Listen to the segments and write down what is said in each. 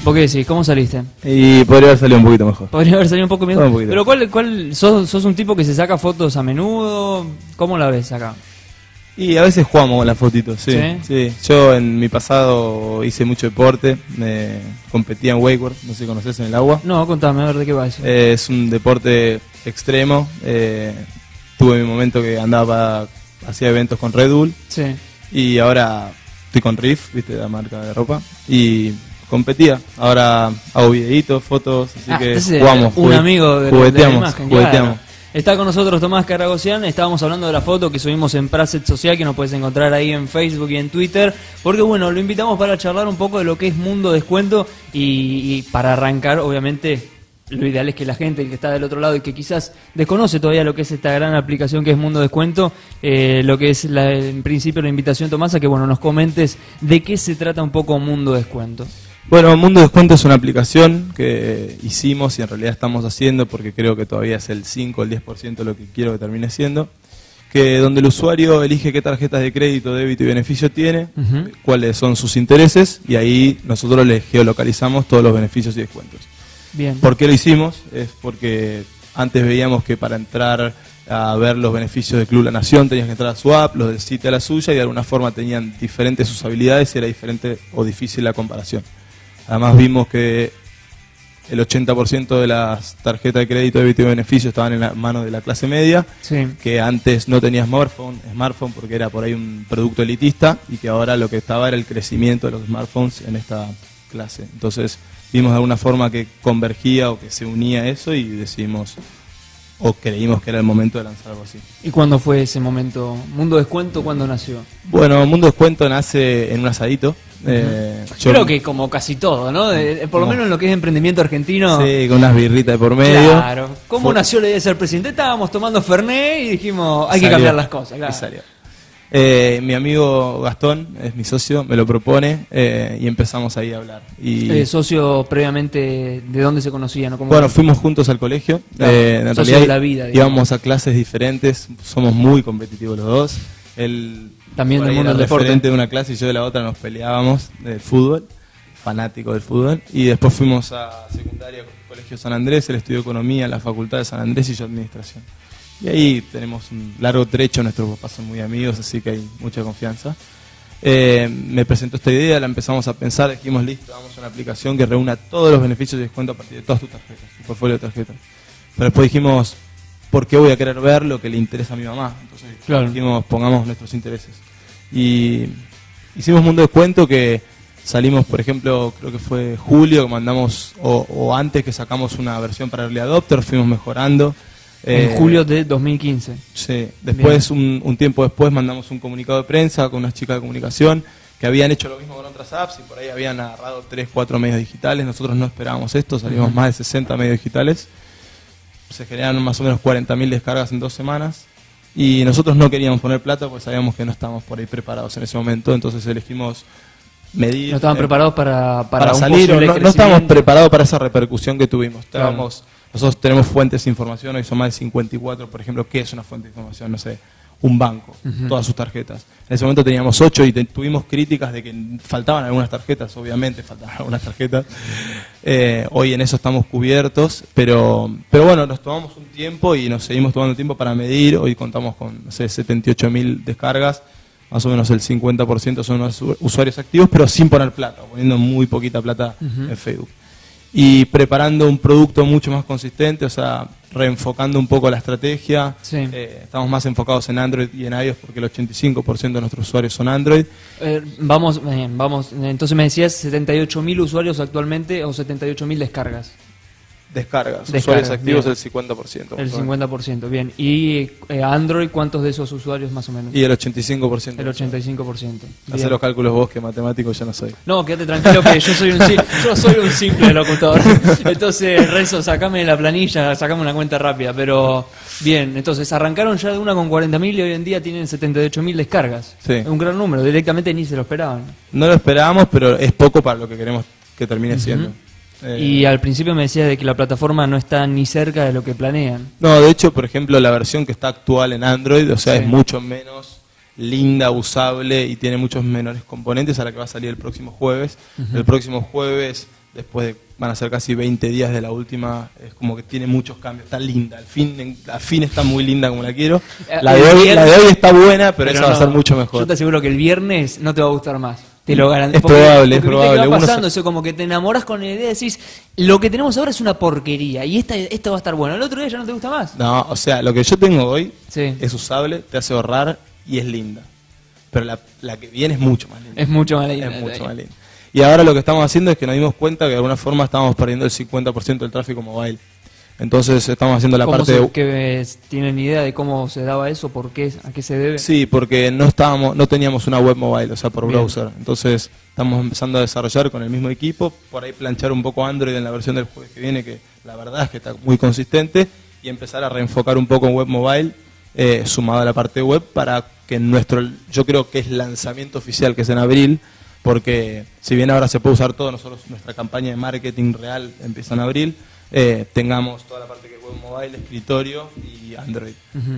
¿Por qué decís? ¿Cómo saliste? Y podría haber salido un poquito mejor. Podría haber salido un poco mejor. Un poquito. Pero ¿sos un tipo que se saca fotos a menudo? ¿Cómo la ves acá? Y a veces jugamos con las fotitos, sí. ¿Sí? Sí. Yo en mi pasado hice mucho deporte, competía en wakeboard, no sé si conoces, en el agua. No, contame, a ver de qué va eso. Es un deporte extremo. Tuve mi momento que hacía eventos con Red Bull Sí. y ahora estoy con Riff, viste, la marca de ropa, y competía. Ahora hago videitos, fotos, así que entonces, jugamos, un amigo de jugueteamos, la imagen, jugueteamos. claro. Está con nosotros Tomás Caragosian, estábamos hablando de la foto que subimos en Praset Social, que nos puedes encontrar ahí en Facebook y en Twitter, porque bueno, lo invitamos para charlar un poco de lo que es Mundo Descuento y para arrancar, obviamente, lo ideal es que la gente que está del otro lado y que quizás desconoce todavía lo que es esta gran aplicación que es Mundo Descuento, lo que es en principio la invitación, Tomás, a que bueno nos comentes de qué se trata un poco Mundo Descuento. Bueno, Mundo Descuento es una aplicación que hicimos y en realidad estamos haciendo porque creo que todavía es el 5 o el 10% de lo que quiero que termine siendo, que donde el usuario elige qué tarjetas de crédito, débito y beneficio tiene, cuáles son sus intereses y ahí nosotros le geolocalizamos todos los beneficios y descuentos. Bien. ¿Por qué lo hicimos? Es porque antes veíamos que para entrar a ver los beneficios del Club La Nación tenías que entrar a su app, los del sitio a la suya y de alguna forma tenían diferentes usabilidades y era diferente o difícil la comparación. Además vimos que el 80% de las tarjetas de crédito, débito y beneficio estaban en las manos de la clase media, Sí. que antes no tenía smartphone porque era por ahí un producto elitista y que ahora lo que estaba era el crecimiento de los smartphones en esta clase. Entonces vimos de alguna forma que convergía o que se unía eso y decidimos o creímos que era el momento de lanzar algo así. ¿Y cuándo fue ese momento? ¿Mundo Descuento cuándo nació? Bueno, Mundo Descuento nace en un asadito. Yo Creo que como casi todo, ¿no? Por lo menos en lo que es emprendimiento argentino. Sí, con unas birritas de por medio. Claro. ¿Cómo nació la idea de ser presidente? Estábamos tomando Fernet y dijimos, hay que Salió. cambiar las cosas. Claro. Y salió. Mi amigo Gastón, es mi socio, me lo propone y empezamos ahí a hablar. Y Socio previamente, ¿de dónde se conocían? ¿No? bueno, fuimos juntos al colegio. Claro, En socio realidad de la vida, digamos. íbamos a clases diferentes, somos muy competitivos los dos. Él También por del ahí mundo era del deporte. referente de una clase y yo de la otra, nos peleábamos del fútbol, fanático del fútbol. Y después fuimos a secundaria, Colegio San Andrés, él estudió economía en la Facultad de San Andrés y yo administración. Y ahí tenemos un largo trecho, nuestros papás son muy amigos, así que hay mucha confianza. Me presentó esta idea, la empezamos a pensar, dijimos listo, vamos a una aplicación que reúna todos los beneficios y descuento a partir de todas tus tarjetas, tu portfolio de tarjetas. Pero después dijimos, ¿por qué voy a querer ver lo que le interesa a mi mamá? Entonces Claro. dijimos, pongamos nuestros intereses. Y hicimos Mundo Descuento que salimos, por ejemplo, creo que fue julio, que mandamos, o antes que sacamos una versión para Early Adopter, fuimos mejorando. En julio de 2015. Sí, después, un tiempo después, mandamos un comunicado de prensa con unas chicas de comunicación que habían hecho lo mismo con otras apps y por ahí habían agarrado 3, 4 medios digitales. Nosotros no esperábamos esto, salimos más de 60 medios digitales. Se generaron más o menos 40.000 descargas en 2 semanas. Y nosotros no queríamos poner plata porque sabíamos que no estábamos por ahí preparados en ese momento. Entonces elegimos medir. No estaban preparados para un salir, posible no estábamos crecimiento. preparados para esa repercusión que tuvimos. Claro. Nosotros tenemos fuentes de información, hoy son más de 54, por ejemplo, ¿qué es una fuente de información? No sé, un banco, todas sus tarjetas. En ese momento teníamos 8 y tuvimos críticas de que faltaban algunas tarjetas, obviamente faltaban algunas tarjetas. Hoy en eso estamos cubiertos, pero bueno, nos tomamos un tiempo y nos seguimos tomando tiempo para medir. Hoy contamos con, no sé, 78.000 descargas, más o menos el 50% son usuarios activos, pero sin poner plata, poniendo muy poquita plata en Facebook. Y preparando un producto mucho más consistente, o sea, reenfocando un poco la estrategia. Sí. Estamos más enfocados en Android y en iOS porque el 85% de nuestros usuarios son Android. Vamos. Entonces me decías 78.000 usuarios actualmente o 78.000 descargas. Descargas, Descargas, usuarios activos bien. el 50%. El 50%, bien. ¿Y Android cuántos de esos usuarios más o menos? Y el 85%. El 85%. Hacé Bien. los cálculos vos, que matemático ya no soy. No, quédate tranquilo que yo soy un simple locutor. Entonces, Renzo, sacame la planilla, sacame una cuenta rápida. Pero, bien, entonces arrancaron ya de una con 40.000 y hoy en día tienen 78.000 descargas. Sí. Es un gran número, directamente ni se lo esperaban. No lo esperábamos, pero es poco para lo que queremos que termine siendo. Y al principio me decías de que la plataforma no está ni cerca de lo que planean. No, de hecho, por ejemplo, la versión que está actual en Android, o sea, Sí. es mucho menos linda, usable y tiene muchos menores componentes a la que va a salir el próximo jueves. El próximo jueves van a ser casi 20 días de la última, es como que tiene muchos cambios, está linda, al fin está muy linda como la quiero. La de hoy está buena, pero esa va a ser mucho mejor. Yo te aseguro que el viernes no te va a gustar más. Te lo garantizo. Es probable. ¿Qué va pasando? Eso como que te enamoras con la idea y decís, lo que tenemos ahora es una porquería y esto va a estar bueno. El otro día ya no te gusta más. No, o sea, lo que yo tengo hoy sí. es usable, te hace ahorrar y es linda. Pero la que viene es mucho más linda. Es mucho más linda. Es mucho más linda. Y ahora lo que estamos haciendo es que nos dimos cuenta que de alguna forma estábamos perdiendo el 50% del tráfico mobile. Entonces estamos haciendo la parte de... ¿Que tienen idea de cómo se daba eso? ¿Por qué? ¿A qué se debe? Sí, porque no teníamos una web mobile, o sea, por browser. Entonces estamos empezando a desarrollar con el mismo equipo, por ahí planchar un poco Android en la versión del jueves que viene, que la verdad es que está muy consistente, y empezar a reenfocar un poco en web mobile, sumado a la parte web, para que yo creo que es lanzamiento oficial, que es en abril, porque si bien ahora se puede usar todo, nosotros nuestra campaña de marketing real empieza en abril, tengamos toda la parte que es web mobile, escritorio y Android.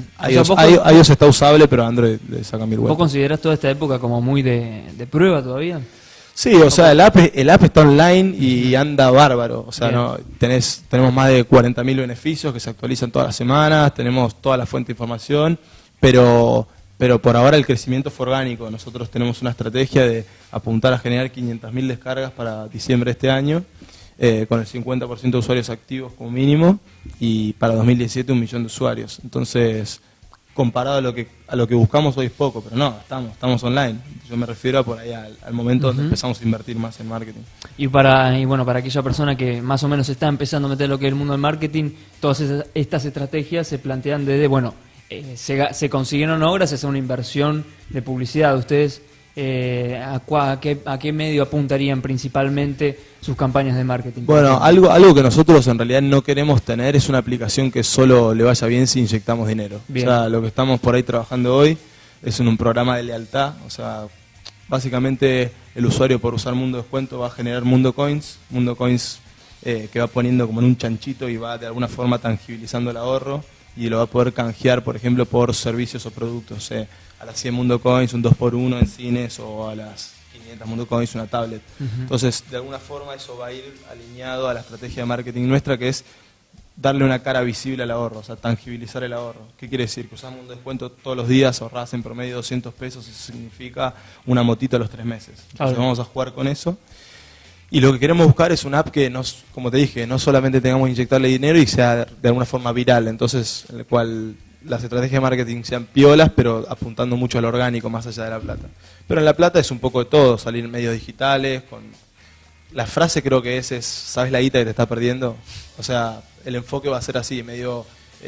iOS está usable, pero Android le saca 1000 vueltas. ¿Vos considerás toda esta época como muy de prueba todavía? Sí, o sea, el app está online y anda bárbaro. O sea, no, tenemos más de 40.000 beneficios que se actualizan todas las semanas, tenemos toda la fuente de información, pero por ahora el crecimiento fue orgánico. Nosotros tenemos una estrategia de apuntar a generar 500.000 descargas para diciembre de este año, con el 50% de usuarios activos como mínimo, y para 2017 1 millón de usuarios. Entonces, comparado a lo que buscamos hoy es poco, pero no, estamos online. Yo me refiero a por ahí al momento donde empezamos a invertir más en marketing. Y para aquella persona que más o menos está empezando a meter lo que es el mundo del marketing, todas estas estrategias se plantean desde, se consiguieron no gracias a una inversión de publicidad. Ustedes, ¿a qué medio apuntarían principalmente sus campañas de marketing? Bueno, algo que nosotros en realidad no queremos tener es una aplicación que solo le vaya bien si inyectamos dinero. Bien. O sea, lo que estamos por ahí trabajando hoy es en un programa de lealtad. O sea, básicamente el usuario por usar Mundo Descuento va a generar Mundo Coins que va poniendo como en un chanchito y va de alguna forma tangibilizando el ahorro, y lo va a poder canjear, por ejemplo, por servicios o productos. A las 100 Mundo Coins, un 2x1 en cines, o a las 500 Mundo Coins, una tablet. Entonces, de alguna forma eso va a ir alineado a la estrategia de marketing nuestra, que es darle una cara visible al ahorro, o sea, tangibilizar el ahorro. ¿Qué quiere decir? Que usamos Mundo Descuento todos los días, ahorrás en promedio 200 pesos, eso significa una motito a los 3 meses. Entonces vamos a jugar con eso. Y lo que queremos buscar es una app que, como te dije, no solamente tengamos que inyectarle dinero y sea de alguna forma viral, entonces en el cual las estrategias de marketing sean piolas, pero apuntando mucho al orgánico más allá de la plata. Pero en la plata es un poco de todo, salir en medios digitales, la frase creo que es ¿sabes la guita que te está perdiendo? O sea, el enfoque va a ser así, medio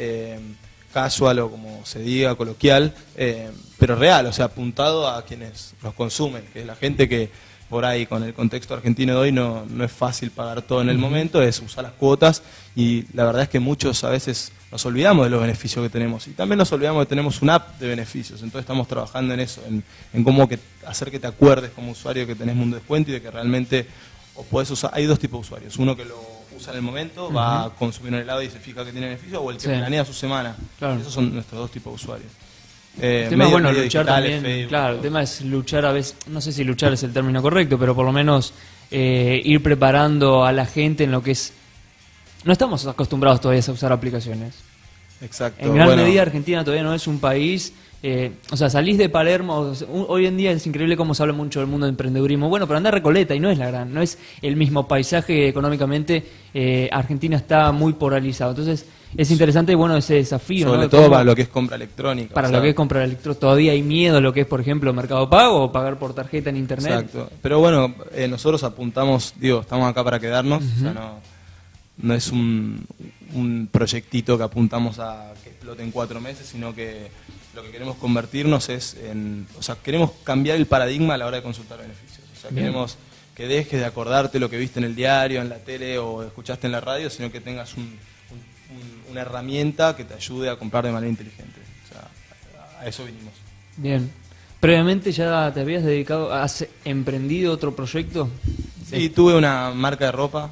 casual o como se diga, coloquial, pero real, o sea, apuntado a quienes los consumen, que es la gente que por ahí con el contexto argentino de hoy no es fácil pagar todo en el momento, es usar las cuotas, y la verdad es que muchos a veces nos olvidamos de los beneficios que tenemos, y también nos olvidamos de que tenemos una app de beneficios. Entonces estamos trabajando en eso, en cómo hacer que te acuerdes como usuario que tenés Mundo Descuento y de que realmente o podés usar. Hay dos tipos de usuarios, uno que lo usa en el momento, va a consumir un helado y se fija que tiene beneficio, o el que planea su semana. Claro. Esos son nuestros dos tipos de usuarios. El tema es luchar también, Facebook, claro, el tema es luchar a veces, no sé si luchar es el término correcto, pero por lo menos ir preparando a la gente en lo que es... No estamos acostumbrados todavía a usar aplicaciones. Exacto. En gran medida Argentina todavía no es un país... o sea, salís de Palermo, hoy en día es increíble cómo se habla mucho del mundo del emprendedurismo. Bueno, pero anda a Recoleta y no es el mismo paisaje económicamente. Argentina está muy polarizado. Entonces, es interesante y ese desafío. Sobre todo para lo que es compra electrónica. Para lo que es compra electrónica, todavía hay miedo a lo que es, por ejemplo, Mercado Pago o pagar por tarjeta en internet. Exacto. Pero bueno, nosotros apuntamos, estamos acá para quedarnos. O sea, no es un proyectito que apuntamos a que explote en 4 meses, sino que lo que queremos convertirnos es queremos cambiar el paradigma a la hora de consultar beneficios. O sea, queremos que dejes de acordarte lo que viste en el diario, en la tele o escuchaste en la radio, sino que tengas una herramienta que te ayude a comprar de manera inteligente. O sea, a eso vinimos. Bien. ¿Previamente ya te habías dedicado, has emprendido otro proyecto? Sí, tuve una marca de ropa.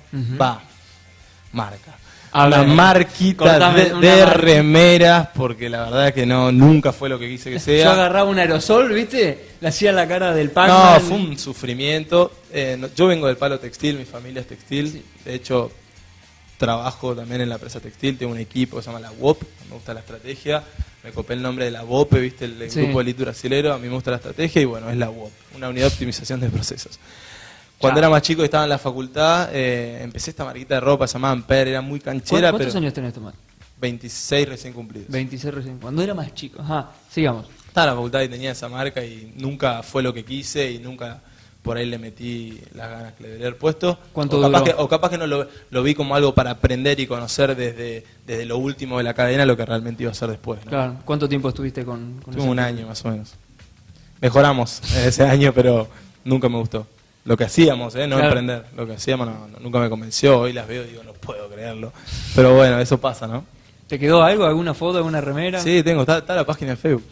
Una marquita de remeras, porque la verdad es que nunca fue lo que quise que sea. Yo agarraba un aerosol, ¿viste? Le hacía la cara del Pac-Man. No, fue un sufrimiento. Yo vengo del palo textil, mi familia es textil. Sí. De hecho, trabajo también en la empresa textil, tengo un equipo que se llama la WOP, me gusta la estrategia. Me copé el nombre de la WOP, ¿viste? El Sí. grupo elite brasilero, a mí me gusta la estrategia y bueno, es la WOP, una unidad de optimización de procesos. Cuando era más chico y estaba en la facultad, empecé esta marquita de ropa, se llamaba Ampere, era muy canchera, ¿Cuántos pero años tenés, Tomás? 26 recién cumplidos. 26 recién. Cuando era más chico. Ajá, sigamos. Estaba en la facultad y tenía esa marca y nunca fue lo que quise y nunca por ahí le metí las ganas que le debería haber puesto. ¿Cuánto O capaz que no lo vi como algo para aprender y conocer desde lo último de la cadena lo que realmente iba a ser después, ¿no? Claro. ¿Cuánto tiempo estuviste con Tuve esa un empresa? año más o menos. Mejoramos ese año, pero nunca me gustó. Lo que hacíamos, no Claro. emprender, lo que hacíamos nunca me convenció. Hoy las veo y digo, no puedo creerlo. Pero bueno, eso pasa, ¿no? ¿Te quedó algo? ¿Alguna foto? ¿Alguna remera? Sí, tengo, está la página de Facebook.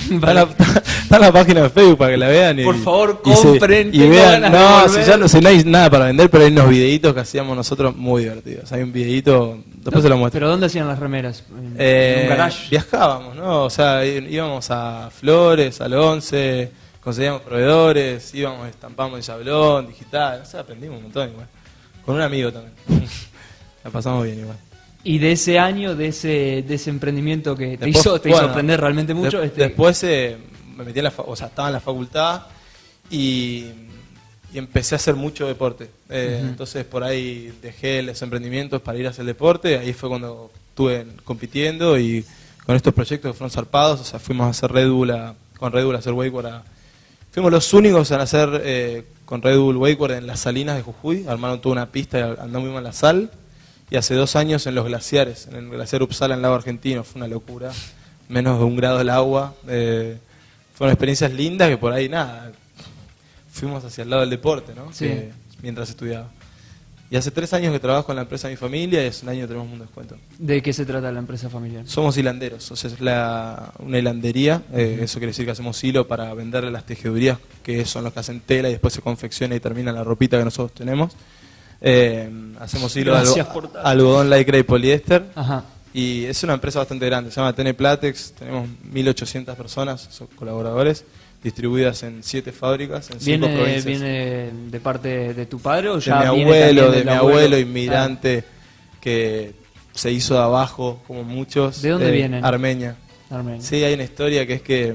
Está la página de Facebook para que la vean. Por favor, y compren, y tengo vean. ganas de No, volver. si no hay nada para vender, pero hay unos videitos que hacíamos nosotros muy divertidos. Hay un videito, después se lo muestro. ¿Pero dónde hacían las remeras? ¿En un garage? Viajábamos, ¿no? O sea, íbamos a Flores, al 11, conseguíamos proveedores, íbamos, estampamos el sablón, digital, o sea, aprendimos un montón igual. Con un amigo también. La pasamos bien igual. Y de ese año, de ese emprendimiento que te Después, hizo bueno, aprender realmente mucho. Después me metí estaba en la facultad y empecé a hacer mucho deporte. Entonces por ahí dejé los emprendimientos para ir a hacer deporte. Ahí fue cuando estuve compitiendo y con estos proyectos que fueron zarpados. O sea, fuimos a hacer con Red Bull a hacer wakeboard. Fuimos los únicos en hacer con Red Bull wakeboard en las salinas de Jujuy. Armaron toda una pista y andamos en la sal. Y hace 2 años en los glaciares, en el glaciar Uppsala en el lago argentino, fue una locura, menos de 1 grado el agua, fueron experiencias lindas que por ahí nada, fuimos hacia el lado del deporte, ¿no? Sí. Mientras estudiaba. Y hace 3 años que trabajo en la empresa de mi familia y hace 1 año tenemos un descuento. ¿De qué se trata la empresa familiar? Somos hilanderos, o sea, es una hilandería, eso quiere decir que hacemos hilo para venderle las tejedurías, que son los que hacen tela y después se confecciona y termina la ropita que nosotros tenemos. Hacemos hilo de Gracias por tanto. algodón, lycra y poliéster. Ajá. Y es una empresa bastante grande, se llama TN Platex, tenemos 1.800 personas, son colaboradores, distribuidas en 7 fábricas, en 5 provincias. ¿Viene de parte de tu padre o De ya mi viene también abuelo, del de mi abuelo inmigrante que se hizo de abajo, como muchos. ¿De dónde vienen? Armenia. Armenia. Sí, hay una historia que es que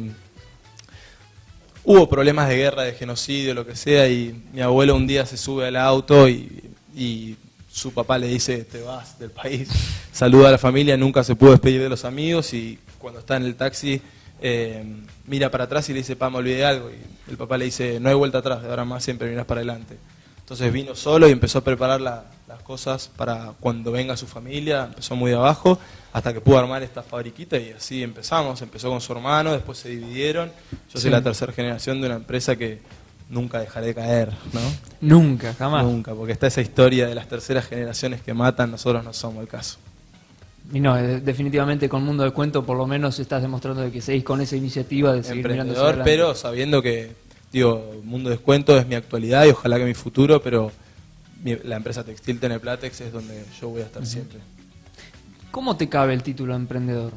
hubo problemas de guerra, de genocidio, lo que sea, y mi abuelo un día se sube al auto y su papá le dice, te vas del país, saluda a la familia, nunca se pudo despedir de los amigos y cuando está en el taxi mira para atrás y le dice, pa, me olvidé algo, y el papá le dice, no hay vuelta atrás, de ahora más siempre miras para adelante. Entonces vino solo y empezó a preparar las cosas para cuando venga su familia, empezó muy de abajo, hasta que pudo armar esta fabriquita y así empezamos, empezó con su hermano, después se dividieron, yo soy la 3ª generación de una empresa que nunca dejaré de caer, ¿no? Nunca, jamás. Nunca, porque está esa historia de las terceras generaciones que matan, nosotros no somos el caso. Y no, definitivamente con Mundo del Cuento por lo menos estás demostrando de que seguís con esa iniciativa de seguir mirando hacia Emprendedor, adelante. pero sabiendo que, Mundo Descuento es mi actualidad y ojalá que mi futuro, pero la empresa textil TN Platex es donde yo voy a estar siempre. ¿Cómo te cabe el título de emprendedor?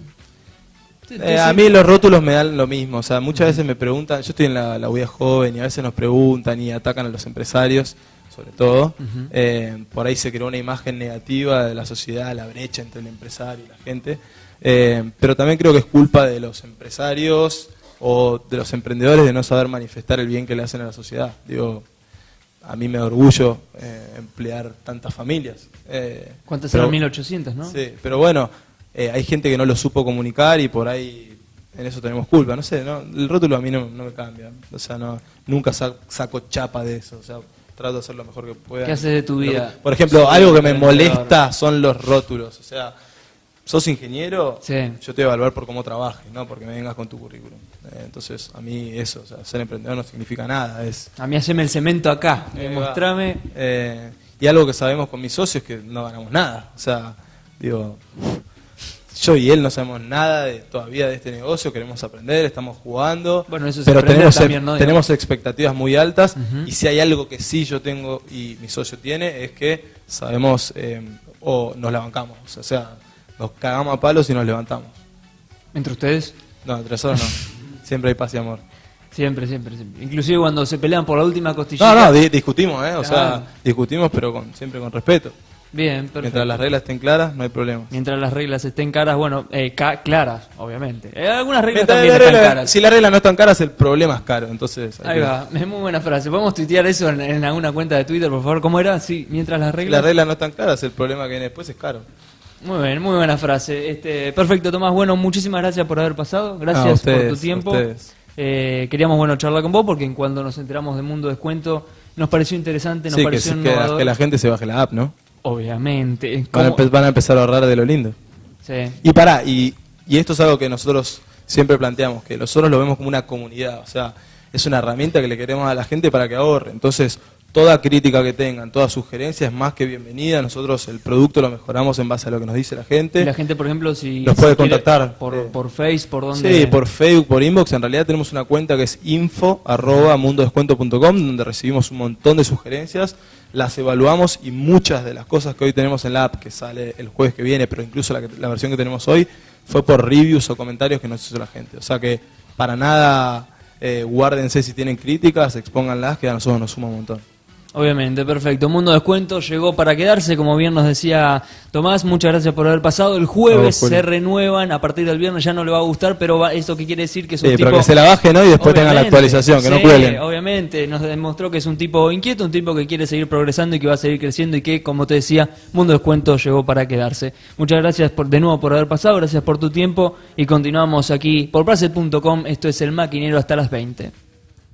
A mí los rótulos me dan lo mismo, o sea, muchas veces me preguntan, yo estoy en la UIA joven y a veces nos preguntan y atacan a los empresarios, sobre todo, por ahí se creó una imagen negativa de la sociedad, la brecha entre el empresario y la gente, pero también creo que es culpa de los empresarios o de los emprendedores de no saber manifestar el bien que le hacen a la sociedad. Digo, a mí me da orgullo emplear tantas familias. ¿Cuántas pero- eran? 1800, ¿no? Sí, pero bueno, hay gente que no lo supo comunicar y por ahí en eso tenemos culpa. No sé, ¿no? El rótulo a mí no me cambia. O sea, nunca saco chapa de eso. O sea, trato de hacer lo mejor que pueda. ¿Qué haces de tu vida? Por ejemplo, Soy algo que me emprendedor. molesta son los rótulos. O sea, sos ingeniero, Sí. yo te voy a evaluar por cómo trabajes, no porque me vengas con tu currículum. Entonces, a mí eso, o sea, ser emprendedor no significa nada. A mí haceme el cemento acá, Ahí va. demostrame. Y algo que sabemos con mis socios es que no ganamos nada. O sea, digo, yo y él no sabemos nada todavía de este negocio, queremos aprender, estamos jugando, Bueno, eso es pero aprender tenemos, también, ¿no? tenemos expectativas muy altas. Ujú. Y si hay algo que sí yo tengo y mi socio tiene, es que sabemos o nos la bancamos. O sea, nos cagamos a palos y nos levantamos. ¿Entre ustedes? No, entre nosotros no. Siempre hay paz y amor. Siempre, siempre, siempre. Inclusive cuando se pelean por la última costillita. No, discutimos, o sea, discutimos, pero siempre con respeto. Bien, perfecto. Mientras las reglas estén claras, no hay problema. Mientras las reglas estén caras, bueno, claras, obviamente. Algunas reglas Mientras también están caras. Si las reglas no están caras, el problema es caro, entonces... Ahí va, es muy buena frase. ¿Podemos tuitear eso en alguna cuenta de Twitter, por favor? ¿Cómo era? Sí, mientras las Si reglas... las reglas no están caras, el problema que viene después es caro. Muy bien, muy buena frase. Perfecto, Tomás. Bueno, muchísimas gracias por haber pasado. Gracias por tu tiempo. Queríamos charlar con vos porque cuando nos enteramos de Mundo Descuento nos pareció interesante, nos pareció innovador. Que la gente se baje la app, ¿no? Obviamente. Van a empezar a ahorrar de lo lindo. Sí. Y esto es algo que nosotros siempre planteamos, que nosotros lo vemos como una comunidad, o sea, es una herramienta que le queremos a la gente para que ahorre. Entonces, toda crítica que tengan, toda sugerencia es más que bienvenida. Nosotros el producto lo mejoramos en base a lo que nos dice la gente. Y la gente, por ejemplo, si nos puede contactar por Face, ¿por dónde? Sí, por Facebook, por inbox. En realidad tenemos una cuenta que es info@mundodescuento.com, donde recibimos un montón de sugerencias, las evaluamos y muchas de las cosas que hoy tenemos en la app, que sale el jueves que viene, pero incluso la versión que tenemos hoy, fue por reviews o comentarios que nos hizo la gente. O sea que para nada guárdense si tienen críticas, expónganlas, que a nosotros nos suma un montón. Obviamente, perfecto. Mundo Descuento llegó para quedarse, como bien nos decía Tomás. Muchas gracias por haber pasado. El jueves se renuevan, a partir del viernes ya no le va a gustar, pero esto que quiere decir que es un tipo... pero que se la bajen, ¿no? Y después tengan la actualización, que no cuelen. Obviamente, nos demostró que es un tipo inquieto, un tipo que quiere seguir progresando y que va a seguir creciendo y que, como te decía, Mundo Descuento llegó para quedarse. Muchas gracias de nuevo por haber pasado, gracias por tu tiempo y continuamos aquí por Praxet.com. Esto es El Maquinero hasta las 20.